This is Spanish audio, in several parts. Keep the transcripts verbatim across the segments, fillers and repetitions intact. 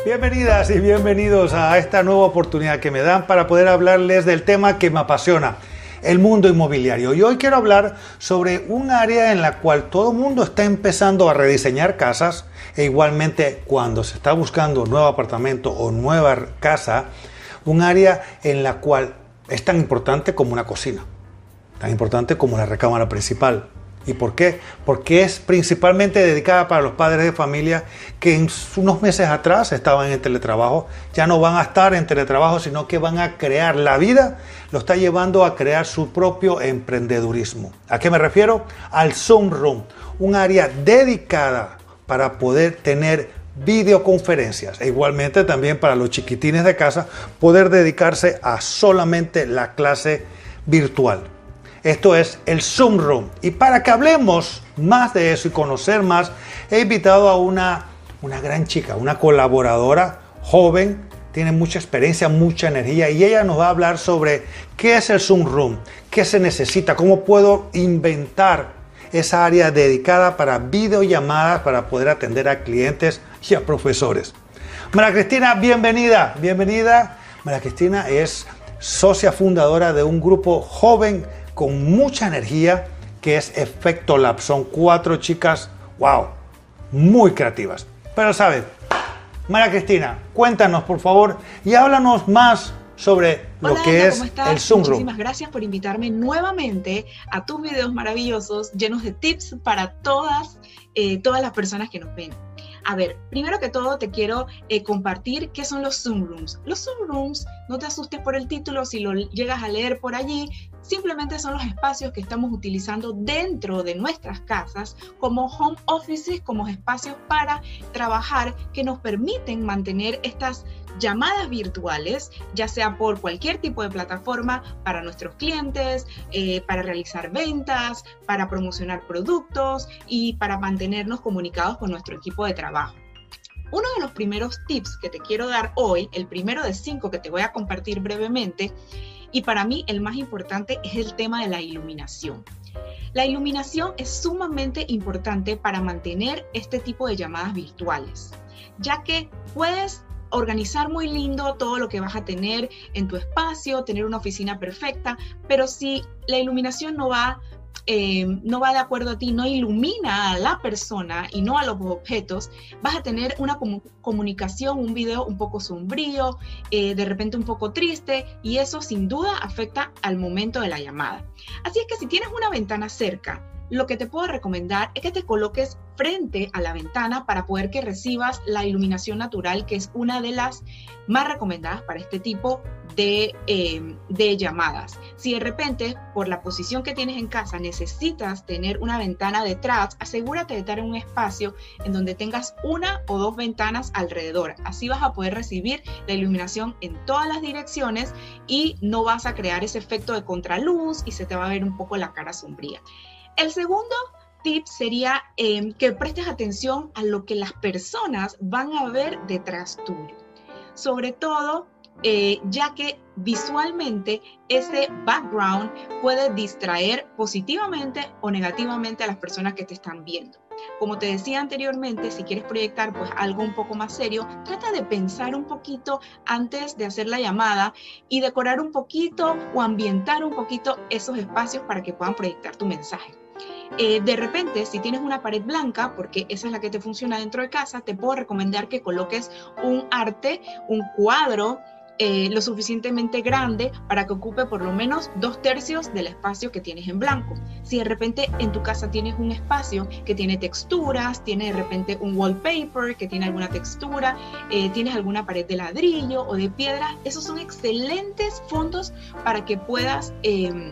Bienvenidas y bienvenidos a esta nueva oportunidad que me dan para poder hablarles del tema que me apasiona, el mundo inmobiliario. Y hoy quiero hablar sobre un área en la cual todo el mundo está empezando a rediseñar casas e igualmente cuando se está buscando un nuevo apartamento o nueva casa, un área en la cual es tan importante como una cocina, tan importante como la recámara principal. ¿Y por qué? Porque es principalmente dedicada para los padres de familia que en unos meses atrás estaban en teletrabajo, ya no van a estar en teletrabajo, sino que van a crear la vida, lo está llevando a crear su propio emprendedurismo. ¿A qué me refiero? Al Zoom Room, un área dedicada para poder tener videoconferencias e igualmente también para los chiquitines de casa poder dedicarse a solamente la clase virtual. Esto es el Zoom Room. Y para que hablemos más de eso y conocer más, he invitado a una, una gran chica, una colaboradora joven, tiene mucha experiencia, mucha energía y ella nos va a hablar sobre qué es el Zoom Room, qué se necesita, cómo puedo inventar esa área dedicada para videollamadas para poder atender a clientes y a profesores. María Cristina, bienvenida, bienvenida. María Cristina es socia fundadora de un grupo joven con mucha energía que es Efecto Lab. Son cuatro chicas, wow, muy creativas. Pero sabes, María Cristina, cuéntanos por favor y háblanos más sobre lo Hola, que Ana, es ¿cómo estás? el Zoom Room. Muchísimas gracias por invitarme nuevamente a tus videos maravillosos llenos de tips para todas, eh, todas las personas que nos ven. A ver, primero que todo te quiero eh, compartir qué son los Zoom Rooms. Los Zoom Rooms, no te asustes por el título si lo llegas a leer por allí, simplemente son los espacios que estamos utilizando dentro de nuestras casas como home offices, como espacios para trabajar que nos permiten mantener estas llamadas virtuales, ya sea por cualquier tipo de plataforma para nuestros clientes, eh, para realizar ventas, para promocionar productos y para mantenernos comunicados con nuestro equipo de trabajo. Uno de los primeros tips que te quiero dar hoy, el primero de cinco que te voy a compartir brevemente, y para mí el más importante es el tema de la iluminación. La iluminación es sumamente importante para mantener este tipo de llamadas virtuales, ya que puedes organizar muy lindo todo lo que vas a tener en tu espacio, tener una oficina perfecta, pero si la iluminación no va, eh, no va de acuerdo a ti, no ilumina a la persona y no a los objetos, vas a tener una comu- comunicación, un video un poco sombrío, eh, de repente un poco triste, y eso sin duda afecta al momento de la llamada. Así es que si tienes una ventana cerca, lo que te puedo recomendar es que te coloques frente a la ventana para poder que recibas la iluminación natural, que es una de las más recomendadas para este tipo de, eh, de llamadas. Si de repente, por la posición que tienes en casa, necesitas tener una ventana detrás, asegúrate de estar en un espacio en donde tengas una o dos ventanas alrededor. Así vas a poder recibir la iluminación en todas las direcciones y no vas a crear ese efecto de contraluz y se te va a ver un poco la cara sombría. El segundo tip sería eh, que prestes atención a lo que las personas van a ver detrás tuyo. Sobre todo, eh, ya que visualmente ese background puede distraer positivamente o negativamente a las personas que te están viendo. Como te decía anteriormente, si quieres proyectar pues algo un poco más serio, trata de pensar un poquito antes de hacer la llamada y decorar un poquito o ambientar un poquito esos espacios para que puedan proyectar tu mensaje. Eh, de repente, si tienes una pared blanca, porque esa es la que te funciona dentro de casa, te puedo recomendar que coloques un arte, un cuadro eh, lo suficientemente grande para que ocupe por lo menos dos tercios del espacio que tienes en blanco. Si de repente en tu casa tienes un espacio que tiene texturas, tiene de repente un wallpaper que tiene alguna textura, eh, tienes alguna pared de ladrillo o de piedra, esos son excelentes fondos para que puedas eh,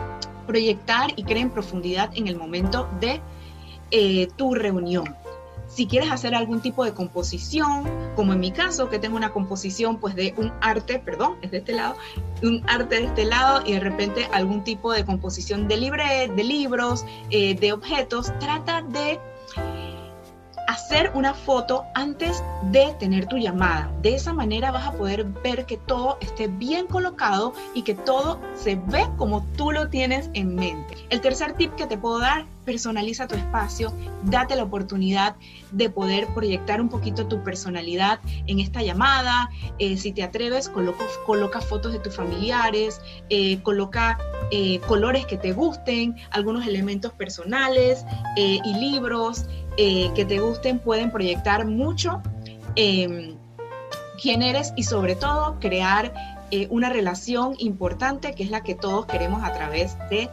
proyectar y crear en profundidad en el momento de eh, tu reunión. Si quieres hacer algún tipo de composición, como en mi caso, que tengo una composición pues de un arte, perdón, es de este lado, un arte de este lado y de repente algún tipo de composición de, libre, de libros, eh, de objetos, trata de hacer una foto antes de tener tu llamada. De esa manera vas a poder ver que todo esté bien colocado y que todo se ve como tú lo tienes en mente. El tercer tip que te puedo dar personaliza tu espacio, date la oportunidad de poder proyectar un poquito tu personalidad en esta llamada. Eh, si te atreves, coloca, coloca fotos de tus familiares, eh, coloca eh, colores que te gusten, algunos elementos personales eh, y libros eh, que te gusten pueden proyectar mucho eh, quién eres y sobre todo crear eh, una relación importante que es la que todos queremos a través de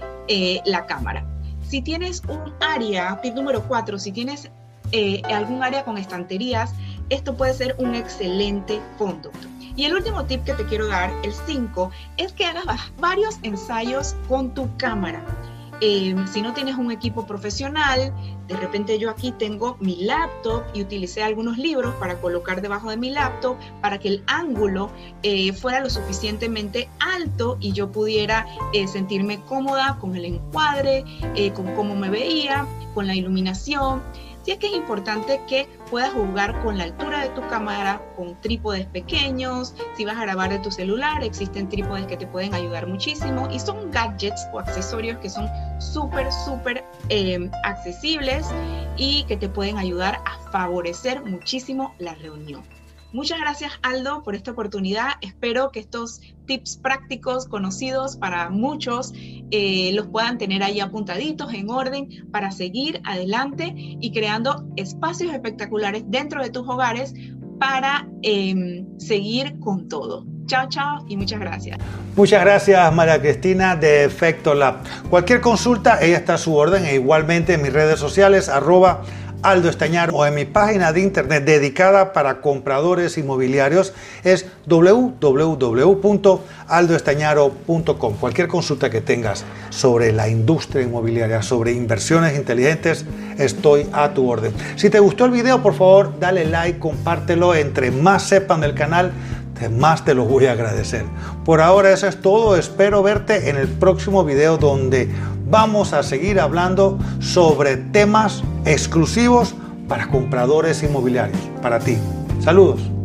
eh, la cámara. Si tienes un área, tip número cuatro, si tienes eh, algún área con estanterías, esto puede ser un excelente fondo. Y el último tip que te quiero dar, el cinco, es que hagas varios ensayos con tu cámara. Eh, si no tienes un equipo profesional, de repente yo aquí tengo mi laptop y utilicé algunos libros para colocar debajo de mi laptop para que el ángulo eh, fuera lo suficientemente alto y yo pudiera eh, sentirme cómoda con el encuadre, eh, con cómo me veía, con la iluminación. Sí es que es importante que puedas jugar con la altura de tu cámara, con trípodes pequeños. Si vas a grabar de tu celular, existen trípodes que te pueden ayudar muchísimo y son gadgets o accesorios que son súper, súper eh, accesibles y que te pueden ayudar a favorecer muchísimo la reunión. Muchas gracias, Aldo, por esta oportunidad. Espero que estos tips prácticos, conocidos para muchos, eh, los puedan tener ahí apuntaditos en orden para seguir adelante y creando espacios espectaculares dentro de tus hogares para eh, seguir con todo. Chao, chao y muchas gracias. Muchas gracias, María Cristina de Efecto Lab. Cualquier consulta, ella está a su orden e igualmente en mis redes sociales, arroba Aldo Estañaro, o en mi página de internet dedicada para compradores inmobiliarios es doble u doble u doble u punto aldo estañaro punto com. Cualquier consulta que tengas sobre la industria inmobiliaria, sobre inversiones inteligentes, estoy a tu orden. Si te gustó el video, por favor, dale like, compártelo. Entre más sepan del canal, más te lo voy a agradecer. Por ahora eso es todo. Espero verte en el próximo video donde vamos a seguir hablando sobre temas exclusivos para compradores inmobiliarios, para ti. Saludos.